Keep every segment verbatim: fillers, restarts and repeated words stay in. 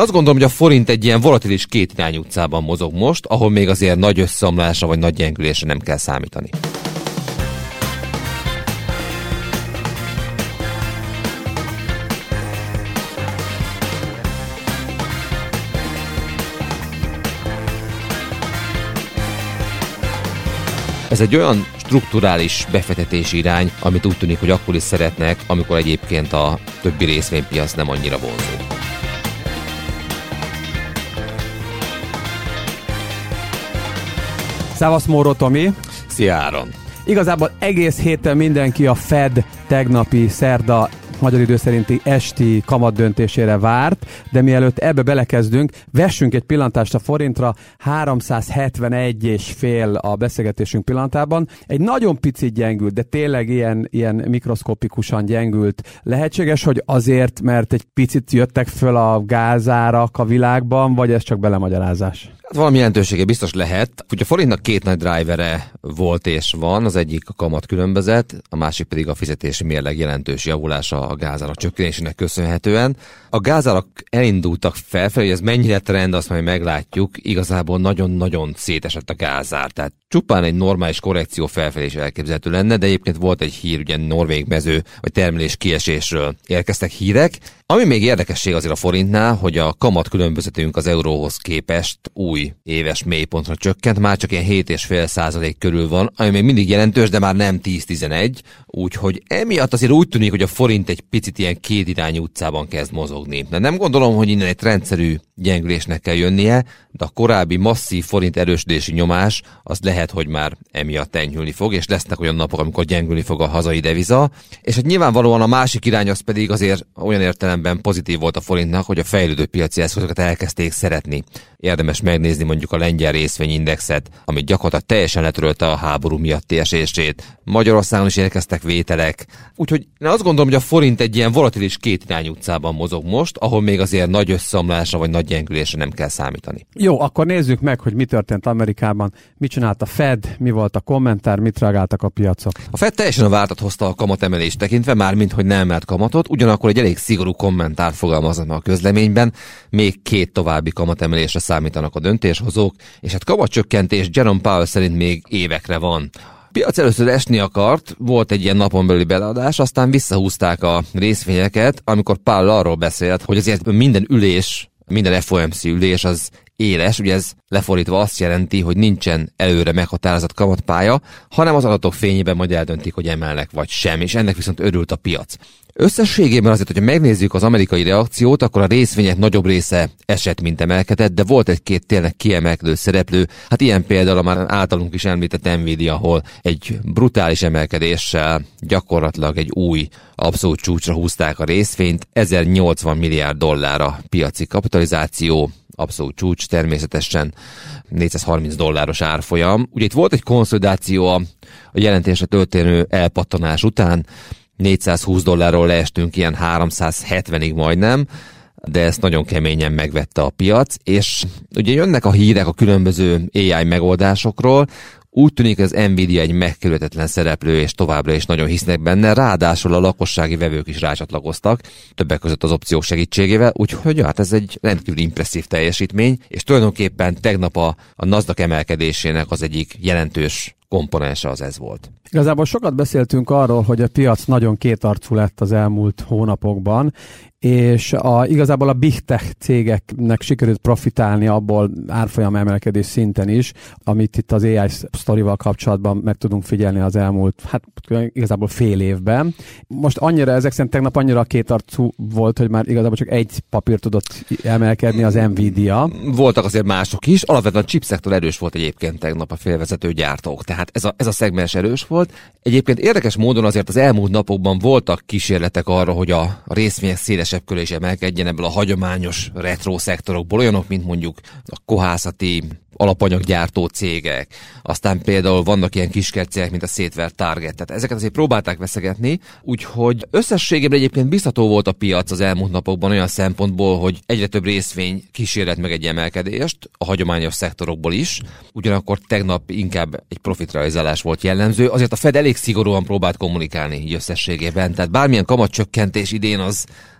Azt gondolom, hogy a forint egy ilyen volatilis kétirányú utcában mozog most, ahol még azért nagy összeomlásra vagy nagy gyengülésre nem kell számítani. Ez egy olyan strukturális befektetési irány, amit úgy tűnik, hogy akkor is szeretnek, amikor egyébként a többi részvénypiac nem annyira vonzó. Szevasz, Móró Tomi! Szia, Áron! Igazából egész héten mindenki a Fed tegnapi szerda magyar idő szerinti esti kamat döntésére várt, de mielőtt ebbe belekezdünk, vessünk egy pillantást a forintra, háromszázhetvenegy és fél a beszélgetésünk pillanatában. Egy nagyon picit gyengült, de tényleg ilyen, ilyen mikroszkopikusan gyengült. Lehetséges, hogy azért, mert egy picit jöttek föl a gázárak a világban, vagy ez csak belemagyarázás? Hát valami jelentősége biztos lehet. Ugye a forintnak két nagy drivere volt és van, az egyik a kamat különbözet, a másik pedig a fizetési mérleg jelentős javulása a gázárak csökkenésének köszönhetően. A gázárak elindultak felfelé, hogy ez mennyire trend, azt majd meglátjuk. Igazából nagyon-nagyon szétesett a gázár, tehát csupán egy normális korrekció felfelé is elképzelhető lenne, de egyébként volt egy hír, ugye norvég mező vagy termelés kiesésről érkeztek hírek. Ami még érdekesség azért a forintnál, hogy a kamat különbözetünk az euróhoz képest új éves mélypontra csökkent, már csak ilyen hét egész öt százalék körül van, ami még mindig jelentős, de már nem tíz-tizenegy, úgyhogy emiatt azért úgy tűnik, hogy a forint egy picit ilyen kétirányú utcában kezd mozogni. De nem gondolom, hogy innen egy rendszerű gyengülésnek kell jönnie, de a korábbi masszív forint erősödési nyomás az lehet, hogy már emiatt enyhülni fog, és lesznek olyan napok, amikor gyengülni fog a hazai deviza. És hát nyilvánvalóan a másik irány az pedig azért olyan értelemben pozitív volt a forintnak, hogy a fejlődő piaci eszközöket elkezdték szeretni. Érdemes megnézni mondjuk a lengyel részvényindexet, amit gyakorlatilag teljesen letörölte a háború miatti esését. Magyarországon is érkeztek vételek. Úgyhogy én azt gondolom, hogy a forint egy ilyen volatilis kétirányú utcában mozog most, ahol még azért nagy összeomlásra vagy nagy gyengülésre nem kell számítani. Jó, akkor nézzük meg, hogy mi történt Amerikában. Mit csinált a Fed, mi volt a kommentár, mit reagáltak a piacok? A Fed teljesen a vártat hozta a kamatemelést tekintve, mármint hogy nem emelt kamatot, ugyanakkor egy elég szigorú kommentár fogalmazott a közleményben, még két további kamatemelésre számítanak a döntéshozók, és hát kamatcsökkentés Jerome Powell szerint még évekre van. A piac először esni akart, volt egy ilyen napon belüli beleadás, aztán visszahúzták a részvényeket, amikor Powell arról beszélt, hogy azért minden ülés, minden ef o em cé ülés az éles, ugye ez lefordítva azt jelenti, hogy nincsen előre meghatározott kamatpálya, hanem az adatok fényében majd eldöntik, hogy emelnek vagy sem, és ennek viszont örült a piac. Összességében azért, hogyha megnézzük az amerikai reakciót, akkor a részvények nagyobb része esett, mint emelkedett, de volt egy-két tényleg kiemelkedő szereplő. Hát ilyen például a már általunk is említett Nvidia, ahol egy brutális emelkedéssel gyakorlatilag egy új abszolút csúcsra húzták a részvényt, ezernyolcvan milliárd dollár a piaci kapitalizáció, abszolút csúcs, természetesen négyszázharminc dolláros árfolyam. Ugye itt volt egy konszolidáció a, a jelentésre történő elpattanás után, négyszázhúsz dollárról leestünk ilyen háromszázhetvenig majdnem, de ezt nagyon keményen megvette a piac, és ugye jönnek a hírek a különböző á i megoldásokról, úgy tűnik, az Nvidia egy megkerülhetetlen szereplő, és továbbra is nagyon hisznek benne, ráadásul a lakossági vevők is rácsatlakoztak, többek között az opciók segítségével, úgyhogy hát ez egy rendkívül impresszív teljesítmény, és tulajdonképpen tegnap a, a NASDAQ emelkedésének az egyik jelentős komponense az ez volt. Igazából sokat beszéltünk arról, hogy a piac nagyon kétarcú lett az elmúlt hónapokban, és a, igazából a big tech cégeknek sikerült profitálni abból árfolyam emelkedés szinten is, amit itt az á i sztorival kapcsolatban meg tudunk figyelni az elmúlt, hát igazából fél évben. Most annyira, ezek szerint tegnap annyira kétarcú volt, hogy már igazából csak egy papír tudott emelkedni, az Nvidia. Voltak azért mások is, alapvetően a chipszektor erős volt egyébként tegnap a félvezető gyártók, tehát ez a, ez a szegmens erős volt. Egyébként érdekes módon azért az elmúlt napokban voltak kísérletek arra, hogy a részvények szélesebb köré is emelkedjen ebből a hagyományos retro szektorokból, olyanok, mint mondjuk a kohászati, alapanyaggyártó cégek, aztán például vannak ilyen kiskercégek, mint a Szétver Target, tehát ezeket azért próbálták veszegetni, úgyhogy összességében egyébként biztató volt a piac az elmúlt napokban olyan szempontból, hogy egyre több részvény kísérlet meg egy emelkedést, a hagyományos szektorokból is, ugyanakkor tegnap inkább egy profitrealizálás volt jellemző, azért a Fed elég szigorúan próbált kommunikálni így összességében, tehát bármilyen kamatcsökkentés idén az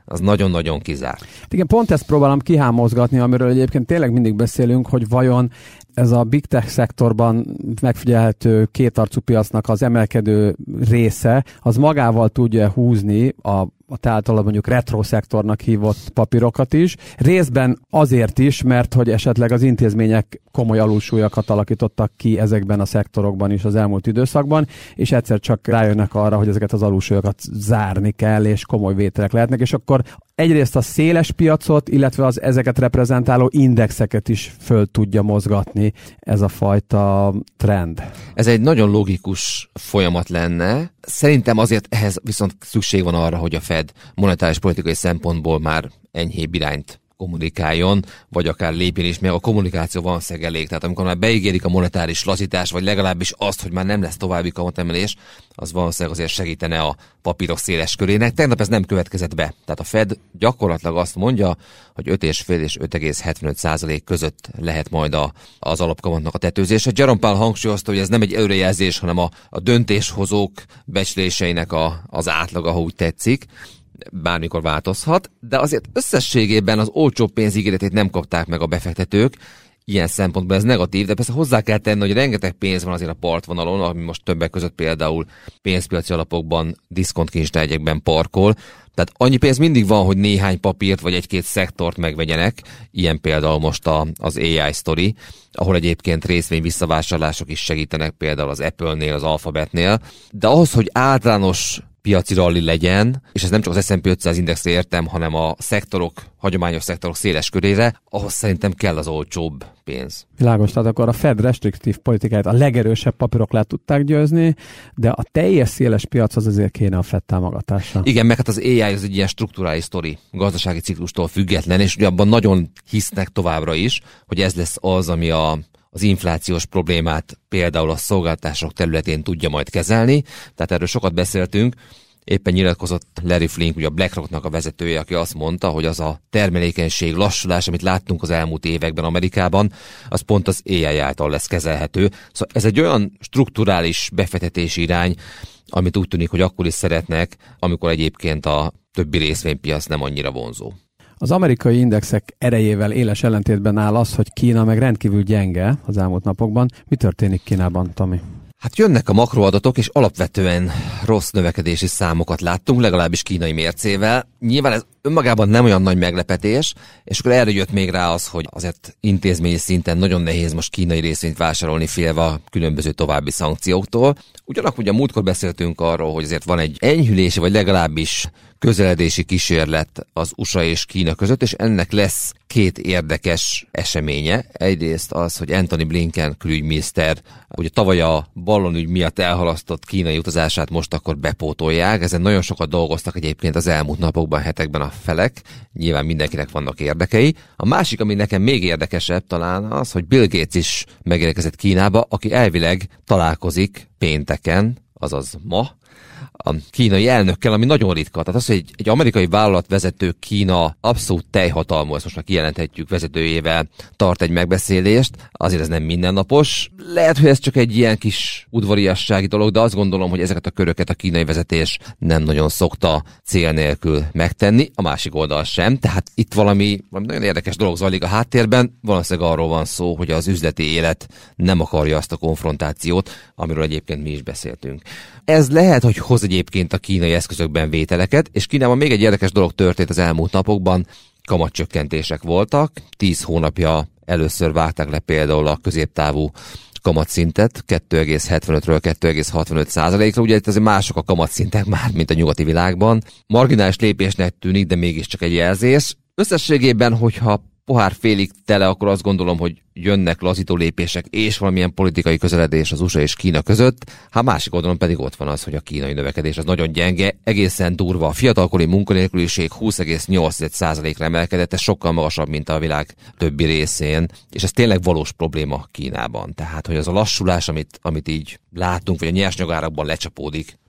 az nagyon-nagyon kizárt. Igen, pont ezt próbálom kihámozgatni, amiről egyébként tényleg mindig beszélünk, hogy vajon ez a big tech szektorban megfigyelhető kétarcú piacnak az emelkedő része, az magával tudja húzni a, a te általad mondjuk retro szektornak hívott papírokat is. Részben azért is, mert hogy esetleg az intézmények komoly alulsúlyokat alakítottak ki ezekben a szektorokban is az elmúlt időszakban, és egyszer csak rájönnek arra, hogy ezeket az alulsúlyokat zárni kell, és komoly vételek lehetnek, és akkor egyrészt a széles piacot, illetve az ezeket reprezentáló indexeket is föl tudja mozgatni ez a fajta trend. Ez egy nagyon logikus folyamat lenne. Szerintem azért ehhez viszont szükség van arra, hogy a Fed monetáris politikai szempontból már enyhébb irányt kommunikáljon, vagy akár lépjen is, mert a kommunikáció van elég. Tehát amikor már beígérik a monetáris lazítás, vagy legalábbis azt, hogy már nem lesz további kamatemelés, az valószínűleg azért segítene a papírok széles körének. Tegnap ez nem következett be. Tehát a Fed gyakorlatilag azt mondja, hogy öt egész öt és öt egész hetvenöt százalék között lehet majd a, az alapkamatnak a tetőzése. Jerome Powell hangsúlyozta, hogy ez nem egy előrejelzés, hanem a, a döntéshozók becsléseinek a, az átlaga, ha úgy tetszik. Bármikor változhat, de azért összességében az olcsó pénz ígéretét nem kapták meg a befektetők. Ilyen szempontból ez negatív, de persze hozzá kell tenni, hogy rengeteg pénz van azért a partvonalon, ami most többek között például pénzpiaci alapokban, diszkontkincstárgyakban parkol. Tehát annyi pénz mindig van, hogy néhány papírt vagy egy-két szektort megvegyenek, ilyen például most a, az á i sztori, ahol egyébként részvény visszavásárlások is segítenek, például az Apple-nél, az Alphabetnél, de ahhoz, hogy általános piaci ralli legyen, és ez nem csak az es and pé ötszáz indexre értem, hanem a szektorok, hagyományos szektorok széles körére, ahhoz szerintem kell az olcsóbb pénz. Világos, tehát akkor a Fed restriktív politikáját a legerősebb papírok le tudták győzni, de a teljes széles piac az azért kéne a Fed támogatása. Igen, meg hát az á i az egy ilyen strukturális sztori, gazdasági ciklustól független, és ugye abban nagyon hisznek továbbra is, hogy ez lesz az, ami a az inflációs problémát például a szolgáltatások területén tudja majd kezelni. Tehát erről sokat beszéltünk. Éppen nyilatkozott Larry Flink, ugye a BlackRocknak a vezetője, aki azt mondta, hogy az a termelékenység lassulás, amit láttunk az elmúlt években Amerikában, az pont az á i által lesz kezelhető. Szóval ez egy olyan strukturális befektetési irány, amit úgy tűnik, hogy akkor is szeretnek, amikor egyébként a többi részvénypiac nem annyira vonzó. Az amerikai indexek erejével éles ellentétben áll az, hogy Kína meg rendkívül gyenge az elmúlt napokban. Mi történik Kínában, Tomi? Hát jönnek a makroadatok, és alapvetően rossz növekedési számokat láttunk, legalábbis kínai mércével. Nyilván ez önmagában nem olyan nagy meglepetés, és akkor erre jött még rá az, hogy azért intézményi szinten nagyon nehéz most kínai részvényt vásárolni félve a különböző további szankcióktól. Ugyanakkor ugye a múltkor beszéltünk arról, hogy azért van egy enyhülési, vagy legalábbis közeledési kísérlet az u es á és Kína között, és ennek lesz két érdekes eseménye. Egyrészt az, hogy Antony Blinken külügyminiszter ugye tavaly a ballonügy miatt elhalasztott kínai utazását most akkor bepótolják. Ezen nagyon sokat dolgoztak egyébként az elmúlt napokban, hetekben a felek. Nyilván mindenkinek vannak érdekei. A másik, ami nekem még érdekesebb talán az, hogy Bill Gates is megérkezett Kínába, aki elvileg találkozik pénteken, azaz ma, a kínai elnökkel, ami nagyon ritka. Tehát az, hogy egy, egy amerikai vállalatvezető Kína abszolút teljhatalmú, ezt most már kijelenthetjük, vezetőjével tart egy megbeszélést, azért ez nem mindennapos. Lehet, hogy ez csak egy ilyen kis udvariassági dolog, de azt gondolom, hogy ezeket a köröket a kínai vezetés nem nagyon szokta cél nélkül megtenni, a másik oldal sem. Tehát itt valami, valami nagyon érdekes dolog zajlik a háttérben. Valószínűleg arról van szó, hogy az üzleti élet nem akarja azt a konfrontációt, amiről egyébként mi is beszéltünk. Ez lehet, hogy hoz egyébként a kínai eszközökben vételeket, és Kínában még egy érdekes dolog történt az elmúlt napokban, kamatcsökkentések voltak, tíz hónapja először vágták le például a középtávú kamatszintet kettő egész hetvenötről kettő egész hatvanöt százalékra, ugye itt azért mások a kamatszintek már, mint a nyugati világban. Marginális lépésnek tűnik, de mégiscsak egy jelzés. Összességében, hogyha pohár félig tele, akkor azt gondolom, hogy jönnek lazító lépések és valamilyen politikai közeledés az u es á és Kína között. Hát másik oldalon pedig ott van az, hogy a kínai növekedés az nagyon gyenge, egészen durva. A fiatalkori munkanélküliség húsz egész nyolc százalékra emelkedett, ez sokkal magasabb, mint a világ többi részén, és ez tényleg valós probléma Kínában. Tehát, hogy az a lassulás, amit, amit így látunk, vagy a nyersanyagárakban lecsapódik,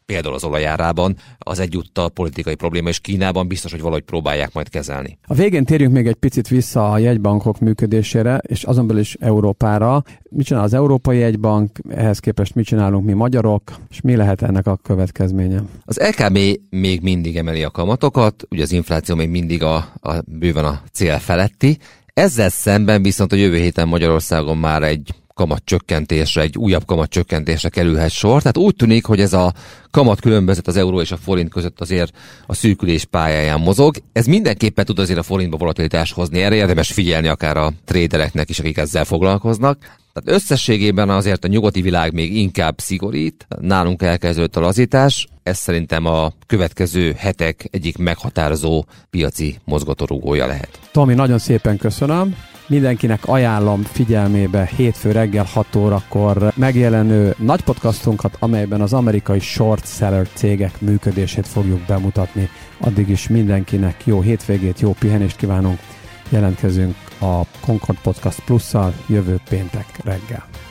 például az olajárában, az egyúttal politikai probléma, és Kínában biztos, hogy valahogy próbálják majd kezelni. A végén térjünk még egy picit vissza a jegybankok működésére, és azon belül is Európára. Mit csinál az Európai Jegybank, ehhez képest mit csinálunk mi magyarok, és mi lehet ennek a következménye? Az el ká bé még mindig emeli a kamatokat, ugye az infláció még mindig a, a bőven a cél feletti. Ezzel szemben viszont a jövő héten Magyarországon már egy kamatcsökkentésre, egy újabb kamatcsökkentésre kerülhet sor. Tehát úgy tűnik, hogy ez a kamat különbözet az euró és a forint között azért a szűkülés pályáján mozog. Ez mindenképpen tud azért a forintba volatilitást hozni. Erre érdemes figyelni akár a trédereknek is, akik ezzel foglalkoznak. Tehát összességében azért a nyugati világ még inkább szigorít. Nálunk elkezdődött a lazítás. Ez szerintem a következő hetek egyik meghatározó piaci mozgatórugója lehet. Tomi, nagyon szépen köszönöm. Mindenkinek ajánlom figyelmébe hétfő reggel hat órakor megjelenő nagy podcastunkat, amelyben az amerikai short seller cégek működését fogjuk bemutatni. Addig is mindenkinek jó hétvégét, jó pihenést kívánunk. Jelentkezünk a Concord Podcast Plusszal jövő péntek reggel.